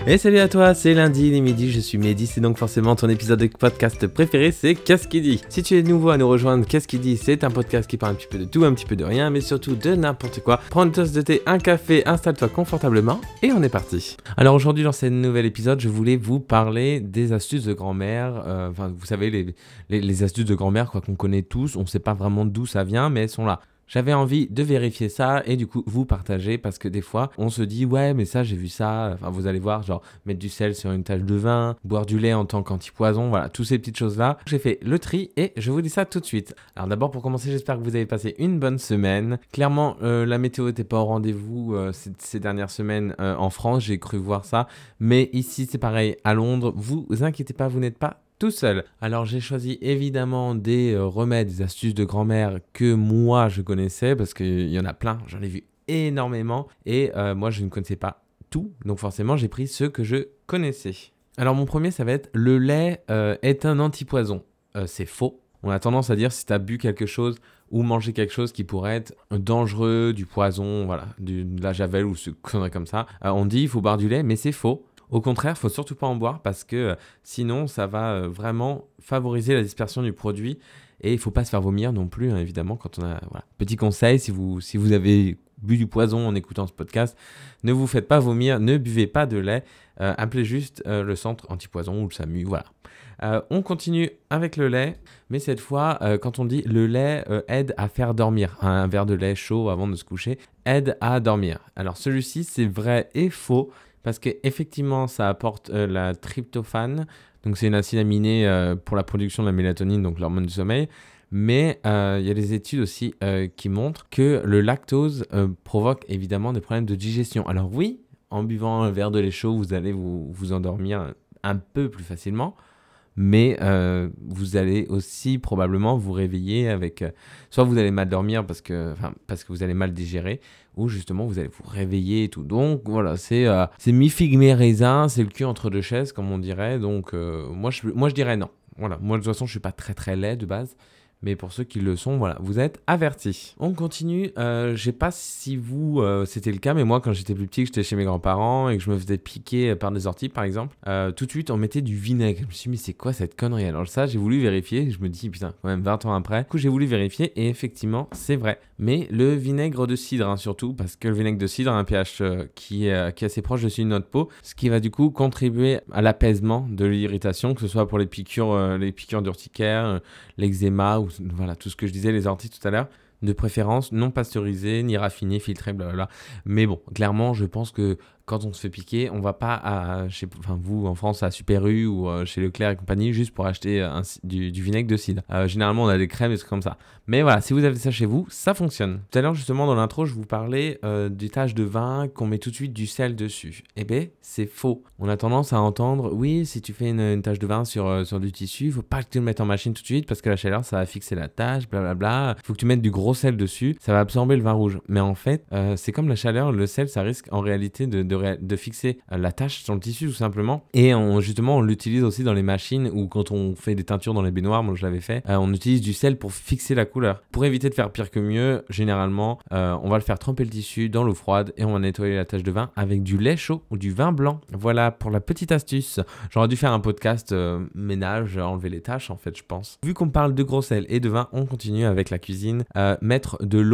Et salut à toi, c'est lundi, il est midi, je suis Mehdi, c'est donc forcément ton épisode de podcast préféré, c'est Qu'est-ce qui dit. Si tu es nouveau à nous rejoindre, Qu'est-ce qui dit, c'est un podcast qui parle un petit peu de tout, un petit peu de rien, mais surtout de n'importe quoi. Prends une tasse de thé, un café, installe-toi confortablement, et on est parti. Alors aujourd'hui, dans ce nouvel épisode, je voulais vous parler des astuces de grand-mère, vous savez, les astuces de grand-mère, quoi, qu'on connaît tous, on sait pas vraiment d'où ça vient, mais elles sont là. J'avais envie de vérifier ça et du coup vous partager parce que des fois on se dit ouais mais ça j'ai vu ça, enfin vous allez voir genre mettre du sel sur une tache de vin, boire du lait en tant qu'antipoison, voilà toutes ces petites choses là. J'ai fait le tri et je vous dis ça tout de suite. Alors d'abord pour commencer j'espère que vous avez passé une bonne semaine. Clairement la météo n'était pas au rendez-vous ces dernières semaines en France, j'ai cru voir ça, mais ici c'est pareil à Londres, vous inquiétez pas, vous n'êtes pas tout seul. Alors j'ai choisi évidemment des remèdes, des astuces de grand-mère que moi je connaissais parce qu'il y en a plein, j'en ai vu énormément et moi je ne connaissais pas tout, donc forcément j'ai pris ceux que je connaissais. Alors mon premier ça va être le lait est un antipoison. C'est faux. On a tendance à dire si tu as bu quelque chose ou mangé quelque chose qui pourrait être dangereux, du poison, voilà, de la javel ou ce connerie comme ça, on dit il faut boire du lait mais c'est faux. Au contraire, il ne faut surtout pas en boire parce que sinon, ça va vraiment favoriser la dispersion du produit et il ne faut pas se faire vomir non plus, hein, évidemment, quand on a... Voilà. Petit conseil, si vous avez bu du poison en écoutant ce podcast, ne vous faites pas vomir, ne buvez pas de lait, appelez juste le centre antipoison ou le SAMU, voilà. On continue avec le lait, mais cette fois, quand on dit le lait aide à faire dormir, un verre de lait chaud avant de se coucher aide à dormir. Alors celui-ci, c'est vrai et faux. Parce qu'effectivement, ça apporte la tryptophane, donc c'est une acide aminé pour la production de la mélatonine, donc l'hormone du sommeil. Mais il y a des études aussi qui montrent que le lactose provoque évidemment des problèmes de digestion. Alors oui, en buvant un verre de lait chaud, vous allez vous endormir un peu plus facilement. Mais vous allez aussi probablement vous réveiller avec... soit vous allez mal dormir parce que vous allez mal digérer, ou justement vous allez vous réveiller et tout. Donc voilà, c'est mi-figue mi-raisin, c'est le cul entre deux chaises comme on dirait. Donc moi je dirais non. Voilà, moi de toute façon je suis pas très très laid de base. Mais pour ceux qui le sont, voilà, vous êtes avertis. On continue. Je sais pas si vous, c'était le cas, mais moi, quand j'étais plus petit, que j'étais chez mes grands-parents et que je me faisais piquer par des orties, par exemple, tout de suite, on mettait du vinaigre. Je me suis dit, mais c'est quoi cette connerie? Alors ça, j'ai voulu vérifier. Je me dis, putain, quand même 20 ans après. Du coup, j'ai voulu vérifier et effectivement, c'est vrai. Mais le vinaigre de cidre, hein, surtout, parce que le vinaigre de cidre a un pH qui est assez proche de celui de notre peau, ce qui va du coup contribuer à l'apaisement de l'irritation, que ce soit pour les piqûres d'urticaire, l'eczéma ou voilà, tout ce que je disais, les orties tout à l'heure, de préférence non pasteurisées, ni raffinées, filtrées, blablabla. Mais bon, clairement, je pense que quand on se fait piquer, on va pas vous en France à Super U ou chez Leclerc et compagnie juste pour acheter du vinaigre de cidre. Généralement, on a des crèmes et des trucs comme ça. Mais voilà, si vous avez ça chez vous, ça fonctionne. Tout à l'heure, justement, dans l'intro, je vous parlais des taches de vin qu'on met tout de suite du sel dessus. Eh bien, c'est faux. On a tendance à entendre, oui, si tu fais une tache de vin sur du tissu, il faut pas que tu le mettes en machine tout de suite parce que la chaleur, ça va fixer la tache, blablabla. Il faut que tu mettes du gros sel dessus, ça va absorber le vin rouge. Mais en fait, c'est comme la chaleur, le sel, ça risque en réalité de fixer la tache sur le tissu tout simplement. Et on l'utilise aussi dans les machines ou quand on fait des teintures dans les baignoires, moi je l'avais fait, on utilise du sel pour fixer la couleur. Pour éviter de faire pire que mieux, généralement, on va le faire tremper le tissu dans l'eau froide et on va nettoyer la tache de vin avec du lait chaud ou du vin blanc. Voilà pour la petite astuce. J'aurais dû faire un podcast ménage, enlever les taches en fait, je pense. Vu qu'on parle de gros sel et de vin, on continue avec la cuisine. Mettre de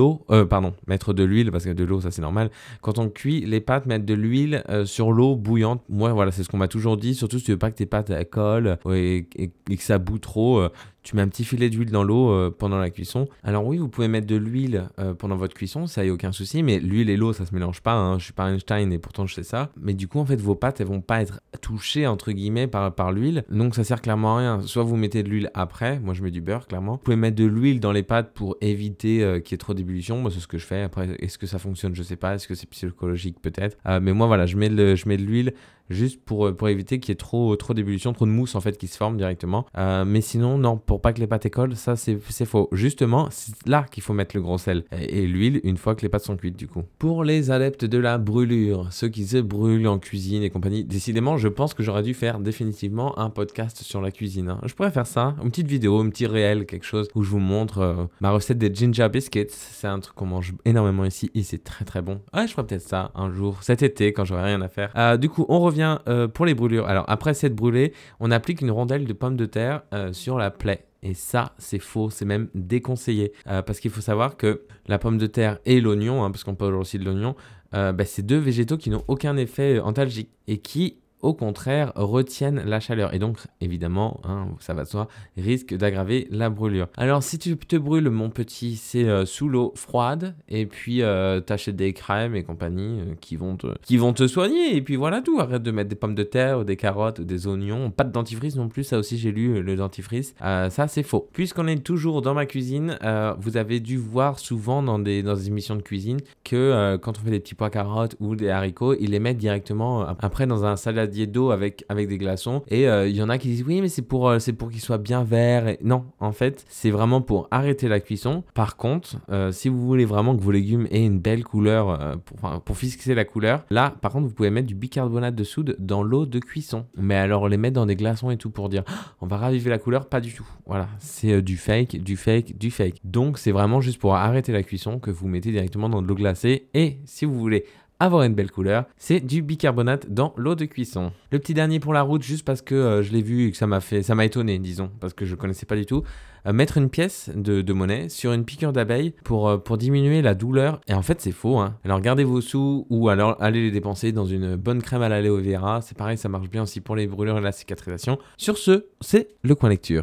l'huile, parce que de l'eau ça c'est normal. Quand on cuit les pâtes, mettre de l'huile sur l'eau bouillante. Moi voilà, c'est ce qu'on m'a toujours dit, surtout si tu veux pas que tes pâtes collent et que ça bout trop. Tu mets un petit filet d'huile dans l'eau pendant la cuisson. Alors oui, vous pouvez mettre de l'huile pendant votre cuisson, ça y a aucun souci, mais l'huile et l'eau, ça se mélange pas, hein. Je suis pas Einstein et pourtant je sais ça. Mais du coup, en fait, vos pâtes, elles vont pas être touchées, entre guillemets, par l'huile. Donc ça sert clairement à rien. Soit vous mettez de l'huile après, moi je mets du beurre, clairement. Vous pouvez mettre de l'huile dans les pâtes pour éviter qu'il y ait trop d'ébullition. Moi, c'est ce que je fais. Après, est-ce que ça fonctionne? Je sais pas. Est-ce que c'est psychologique? Peut-être. Mais moi, voilà, je mets de l'huile juste pour éviter qu'il y ait trop d'ébullition, trop de mousse en fait qui se forme directement. Mais sinon, non, pour pas que les pâtes écolent, ça c'est faux. Justement, c'est là qu'il faut mettre le gros sel et l'huile une fois que les pâtes sont cuites du coup. Pour les adeptes de la brûlure, ceux qui se brûlent en cuisine et compagnie, décidément, je pense que j'aurais dû faire définitivement un podcast sur la cuisine. Hein. Je pourrais faire ça, une petite vidéo, un petit réel, quelque chose où je vous montre ma recette des ginger biscuits. C'est un truc qu'on mange énormément ici et c'est très très bon. Ouais, je ferai peut-être ça un jour, cet été, quand j'aurai rien à faire. Du coup, on revient revient pour les brûlures. Alors après s'être brûlé, on applique une rondelle de pomme de terre sur la plaie. Et ça, c'est faux, c'est même déconseillé. Parce qu'il faut savoir que la pomme de terre et l'oignon, parce qu'on parle aussi de l'oignon, c'est 2 végétaux qui n'ont aucun effet antalgique et qui, au contraire, retiennent la chaleur. Et donc, évidemment, ça va de soi, risque d'aggraver la brûlure. Alors, si tu te brûles, mon petit, c'est sous l'eau froide. Et puis, t'achètes des crèmes et compagnie qui vont te soigner. Et puis, voilà tout. Arrête de mettre des pommes de terre, des carottes, des oignons. Pas de dentifrice non plus. Ça aussi, j'ai lu le dentifrice. Ça, c'est faux. Puisqu'on est toujours dans ma cuisine, vous avez dû voir souvent dans des émissions de cuisine que quand on fait des petits pois carottes ou des haricots, ils les mettent directement après dans un saladier d'eau avec des glaçons et il y en a qui disent oui mais c'est pour qu'ils soient bien verts et... non en fait c'est vraiment pour arrêter la cuisson. Par contre si vous voulez vraiment que vos légumes aient une belle couleur pour fixer la couleur, là par contre vous pouvez mettre du bicarbonate de soude dans l'eau de cuisson, mais alors les mettre dans des glaçons et tout pour dire on va raviver la couleur, pas du tout. Voilà, c'est du fake. Donc c'est vraiment juste pour arrêter la cuisson que vous mettez directement dans de l'eau glacée. Et si vous voulez avoir une belle couleur, c'est du bicarbonate dans l'eau de cuisson. Le petit dernier pour la route, juste parce que je l'ai vu et que ça m'a étonné, disons, parce que je connaissais pas du tout. Mettre une pièce de monnaie sur une piqûre d'abeille pour diminuer la douleur. Et en fait, c'est faux. Alors, gardez vos sous ou alors allez les dépenser dans une bonne crème à l'aloe vera. C'est pareil, ça marche bien aussi pour les brûlures et la cicatrisation. Sur ce, c'est le coin lecture.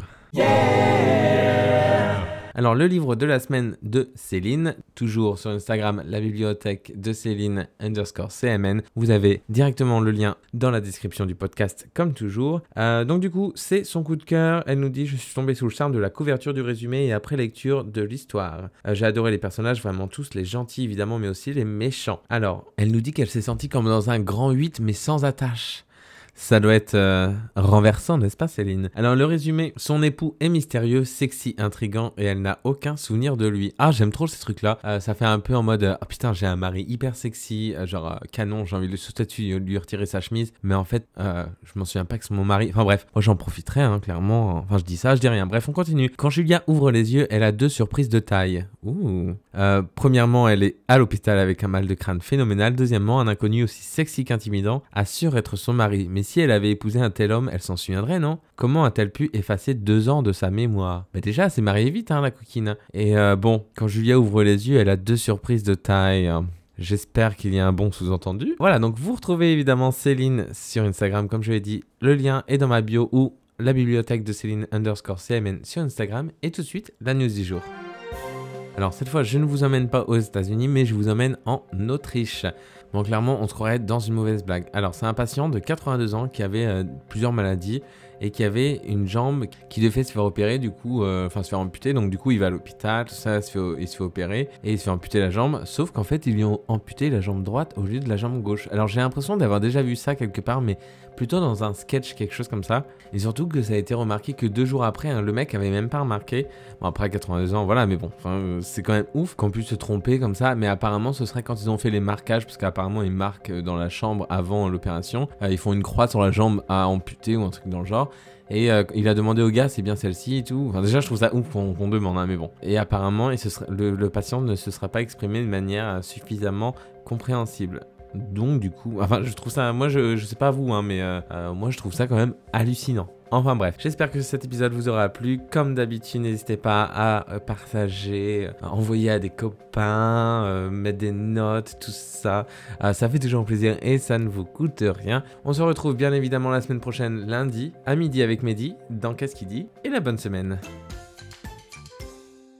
Alors, le livre de la semaine de Céline, toujours sur Instagram, la bibliothèque de Céline _CMN. Vous avez directement le lien dans la description du podcast, comme toujours. Donc, du coup, c'est son coup de cœur. Elle nous dit « Je suis tombée sous le charme de la couverture du résumé et après lecture de l'histoire. J'ai adoré les personnages, vraiment tous, les gentils évidemment, mais aussi les méchants. » Alors, elle nous dit qu'elle s'est sentie comme dans un grand 8, mais sans attache. Ça doit être renversant, n'est-ce pas Céline? Alors le résumé, son époux est mystérieux, sexy, intriguant et elle n'a aucun souvenir de lui. Ah, j'aime trop ces trucs-là. Ça fait un peu en mode putain, j'ai un mari hyper sexy, canon, j'ai envie de le sauter dessus, lui retirer sa chemise. Mais en fait, je m'en souviens pas que c'est mon mari. Enfin bref, moi j'en profiterai, clairement. Enfin je dis ça, je dis rien. Bref, on continue. Quand Julia ouvre les yeux, elle a 2 surprises de taille. Ouh. Premièrement, elle est à l'hôpital avec un mal de crâne phénoménal. Deuxièmement, un inconnu aussi sexy qu'intimidant assure être son mari. Mais si elle avait épousé un tel homme, elle s'en souviendrait, non? Comment a-t-elle pu effacer 2 ans de sa mémoire? Mais déjà, elle s'est mariée vite, la coquine. Et quand Julia ouvre les yeux, elle a 2 surprises de taille. J'espère qu'il y a un bon sous-entendu. Voilà, donc vous retrouvez évidemment Céline sur Instagram, comme je l'ai dit. Le lien est dans ma bio ou la bibliothèque de Céline _CMN sur Instagram. Et tout de suite, la news du jour. Alors cette fois, je ne vous emmène pas aux États-Unis, mais je vous emmène en Autriche. Bon, clairement, on se croirait dans une mauvaise blague. Alors, c'est un patient de 82 ans qui avait plusieurs maladies et qui avait une jambe qui devait se faire opérer, du coup, se faire amputer. Donc, du coup, il va à l'hôpital, tout ça, il se fait opérer et il se fait amputer la jambe. Sauf qu'en fait, ils lui ont amputé la jambe droite au lieu de la jambe gauche. Alors, j'ai l'impression d'avoir déjà vu ça quelque part, mais plutôt dans un sketch, quelque chose comme ça. Et surtout que ça a été remarqué que 2 jours après, le mec avait même pas remarqué. Bon, après 82 ans, voilà, mais bon, c'est quand même ouf qu'on puisse se tromper comme ça. Mais apparemment, ce serait quand ils ont fait les marquages, parce qu'apparemment, ils marquent dans la chambre avant l'opération. Ils font une croix sur la jambe à amputer ou un truc dans le genre. Et il a demandé au gars c'est bien celle-ci et tout. Enfin déjà je trouve ça ouf qu'on demande, mais bon. Et apparemment le patient ne se sera pas exprimé de manière suffisamment compréhensible. Donc du coup, je trouve ça, moi je sais pas vous, mais moi je trouve ça quand même hallucinant. Enfin bref, j'espère que cet épisode vous aura plu. Comme d'habitude, n'hésitez pas à partager, à envoyer à des copains, mettre des notes, tout ça. Ça fait toujours plaisir et ça ne vous coûte rien. On se retrouve bien évidemment la semaine prochaine, lundi, à midi avec Mehdi, dans Qu'est-ce qu'il dit, et la bonne semaine.